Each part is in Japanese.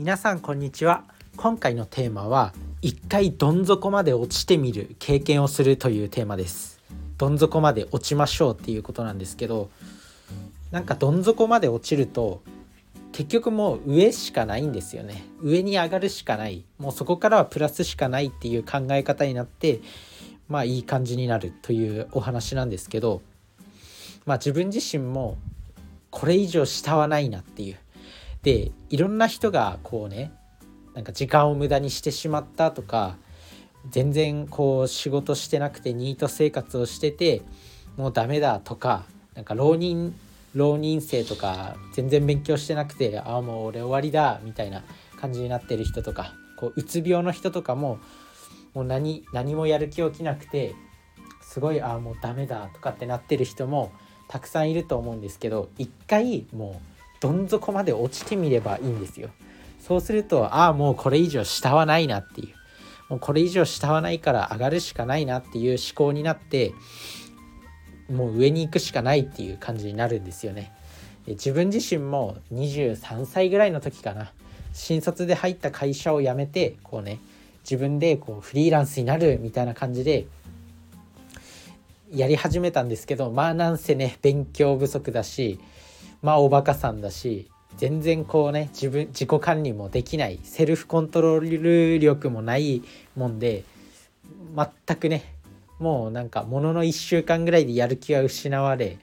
皆さんこんにちは。今回のテーマは一回どん底まで落ちてみる経験をするというテーマです。どん底まで落ちましょうっていうことなんですけど、なんかどん底まで落ちると結局もう上しかないんですよね。上に上がるしかない、もうそこからはプラスしかないっていう考え方になって、いい感じになるというお話なんですけど、自分自身もこれ以上下はないなっていうで、いろんな人がなんか時間を無駄にしてしまったとか、全然仕事してなくてニート生活をしててもうダメだとか、なんか浪人生とか全然勉強してなくてもう俺終わりだみたいな感じになってる人とか、うつ病の人とかももう何もやる気起きなくてすごいもうダメだとかってなってる人もたくさんいると思うんですけど、一回もうどん底まで落ちてみればいいんですよ。そうするともうこれ以上下はないなっていう、もうこれ以上下はないから上がるしかないなっていう思考になって、もう上に行くしかないっていう感じになるんですよね。で、自分自身も23歳ぐらいの時かな、新卒で入った会社を辞めて自分でフリーランスになるみたいな感じでやり始めたんですけど、なんせね勉強不足だし、おバカさんだし、全然自己管理もできない、セルフコントロール力もないもんで、全くねもうなんかものの1週間ぐらいでやる気は失われ、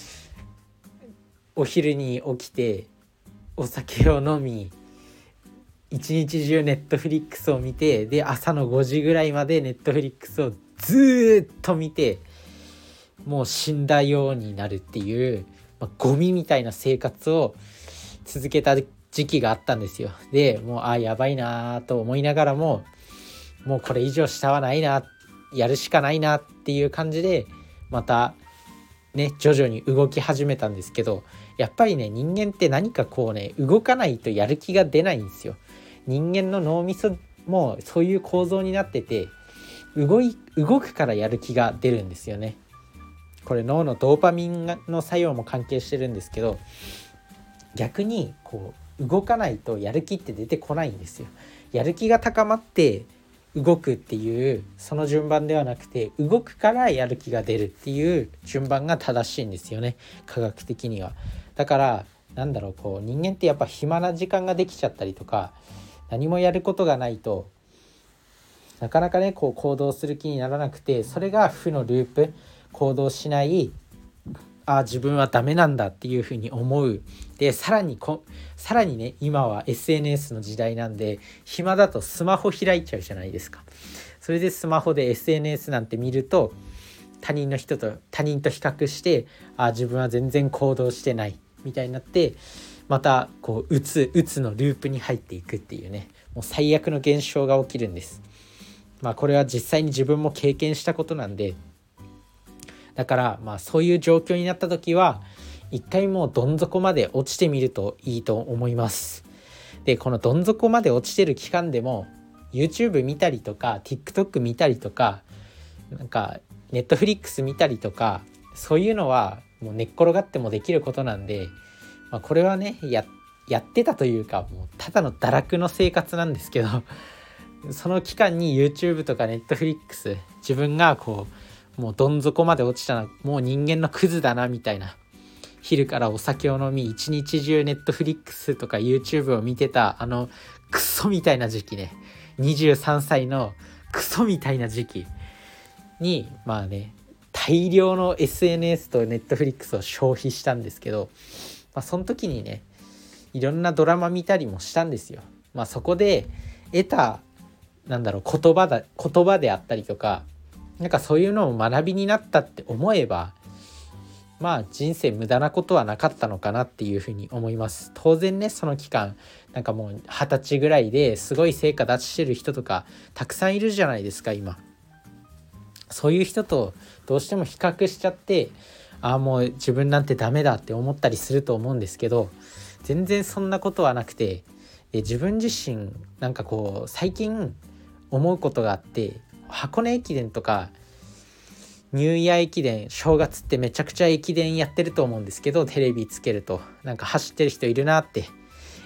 お昼に起きてお酒を飲み、一日中ネットフリックスを見て、で朝の5時ぐらいまでネットフリックスをずっと見て、もう死んだようになるっていう、ゴミみたいな生活を続けた時期があったんですよ。でもうやばいなと思いながらも、もうこれ以上下はないな、やるしかないなっていう感じでまたね徐々に動き始めたんですけど、やっぱりね人間って何か動かないとやる気が出ないんですよ。人間の脳みそもそういう構造になってて、動くからやる気が出るんですよね。これ脳のドーパミンの作用も関係してるんですけど、逆に動かないとやる気って出てこないんですよ。やる気が高まって動くっていうその順番ではなくて、動くからやる気が出るっていう順番が正しいんですよね、科学的には。だから人間ってやっぱ暇な時間ができちゃったりとか、何もやることがないとなかなか行動する気にならなくて、それが負のループ、行動しない、自分はダメなんだっていうふうに思う。でさらにね、今は SNS の時代なんで、暇だとスマホ開いちゃうじゃないですか。それでスマホで SNS なんて見ると、他人と比較して、自分は全然行動してないみたいになって、またうつのループに入っていくっていうね、もう最悪の現象が起きるんです。これは実際に自分も経験したことなんで、だからそういう状況になった時は一回もうどん底まで落ちてみるといいと思います。でこのどん底まで落ちてる期間でも YouTube 見たりとか TikTok 見たりとか、なんか Netflix 見たりとか、そういうのはもう寝っ転がってもできることなんで、これはねやってたというか、もうただの堕落の生活なんですけど、その期間に YouTube とか Netflix、 自分がもうどん底まで落ちたらもう人間のクズだなみたいな、昼からお酒を飲み一日中ネットフリックスとか YouTube を見てたクソみたいな時期ね、23歳のクソみたいな時期に大量の SNS とネットフリックスを消費したんですけど、その時にねいろんなドラマ見たりもしたんですよ。そこで得た言葉であったりとか、なんかそういうのを学びになったって思えば、人生無駄なことはなかったのかなっていうふうに思います。当然ねその期間なんかもう20歳ぐらいですごい成果出してる人とかたくさんいるじゃないですか今。そういう人とどうしても比較しちゃって、もう自分なんてダメだって思ったりすると思うんですけど、全然そんなことはなくて、自分自身最近思うことがあって、箱根駅伝とかニューイヤー駅伝、正月ってめちゃくちゃ駅伝やってると思うんですけど、テレビつけるとなんか走ってる人いるなって、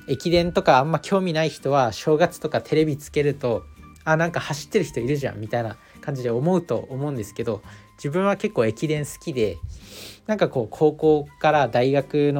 駅伝とかあんま興味ない人は正月とかテレビつけるとなんか走ってる人いるじゃんみたいな感じで思うと思うんですけど、自分は結構駅伝好きで、なんかこう高校から大学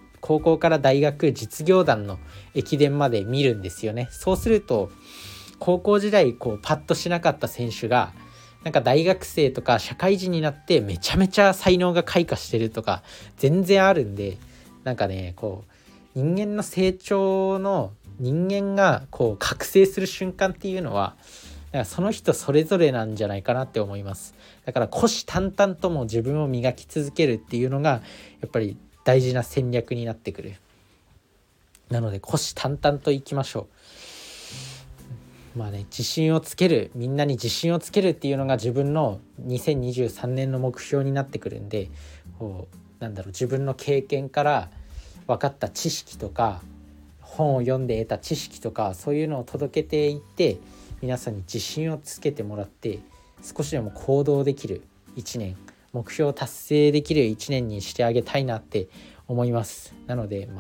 実業団の駅伝まで見るんですよね。そうすると高校時代こうパッとしなかった選手がなんか大学生とか社会人になってめちゃめちゃ才能が開花してるとか全然あるんで、なんかねこう人間の成長の人間がこう覚醒する瞬間っていうのはなんかその人それぞれなんじゃないかなって思います。だから虎視眈々とも自分を磨き続けるっていうのがやっぱり大事な戦略になってくる。なので虎視眈々といきましょう。まあね、みんなに自信をつけるっていうのが自分の2023年の目標になってくるんで、自分の経験から分かった知識とか本を読んで得た知識とかそういうのを届けていって皆さんに自信をつけてもらって少しでも行動できる1年、目標を達成できる1年にしてあげたいなって思います。なので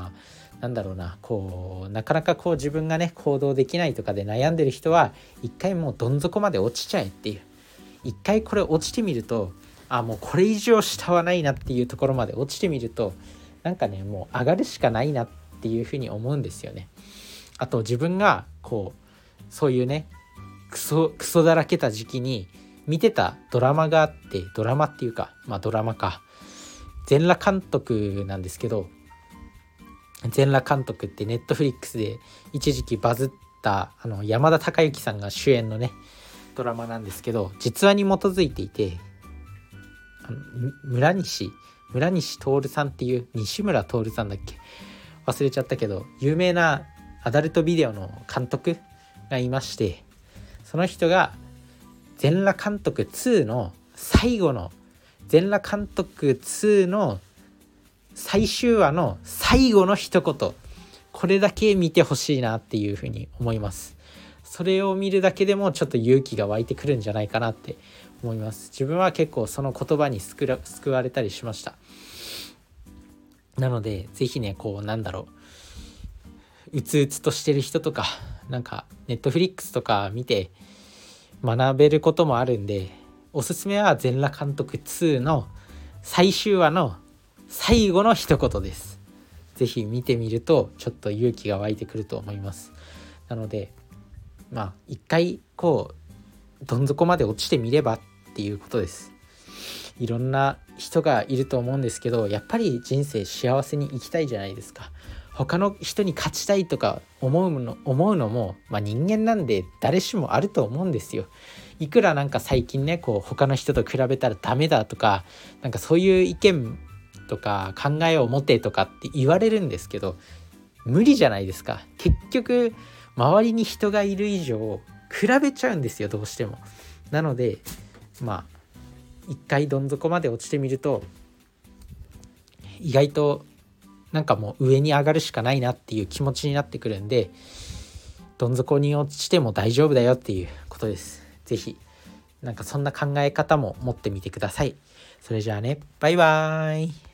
なかなか自分がね行動できないとかで悩んでる人は一回もうどん底まで落ちちゃえっていう、一回これ落ちてみるともうこれ以上下はないなっていうところまで落ちてみるとなんかねもう上がるしかないなっていうふうに思うんですよね。あと自分がそういうねクソだらけた時期に見てたドラマがあって、ドラマっていうかドラマか、全裸監督なんですけど、全裸監督ってネットフリックスで一時期バズった山田孝之さんが主演のねドラマなんですけど、実話に基づいていて村西徹さんっていう、西村徹さんだっけ忘れちゃったけど有名なアダルトビデオの監督がいまして、その人が全裸監督2の最後の全裸監督2の最終話の最後の一言、これだけ見てほしいなっていうふうに思います。それを見るだけでもちょっと勇気が湧いてくるんじゃないかなって思います。自分は結構その言葉に救われたりしました。なのでぜひねうつうつとしてる人とかなんかネットフリックスとか見て学べることもあるんで、おすすめは全裸監督2の最終話の最後の一言です。ぜひ見てみるとちょっと勇気が湧いてくると思います。なので一回どん底まで落ちてみればっていうことです。いろんな人がいると思うんですけど、やっぱり人生幸せに生きたいじゃないですか。他の人に勝ちたいとか思うのも、人間なんで誰しもあると思うんですよ。いくら最近ね他の人と比べたらダメだとかそういう意見とか考えを持てとかって言われるんですけど、無理じゃないですか。結局周りに人がいる以上比べちゃうんですよ、どうしても。なので一回どん底まで落ちてみると意外ともう上に上がるしかないなっていう気持ちになってくるんで、どん底に落ちても大丈夫だよっていうことです。ぜひそんな考え方も持ってみてください。それじゃあね、バイバーイ。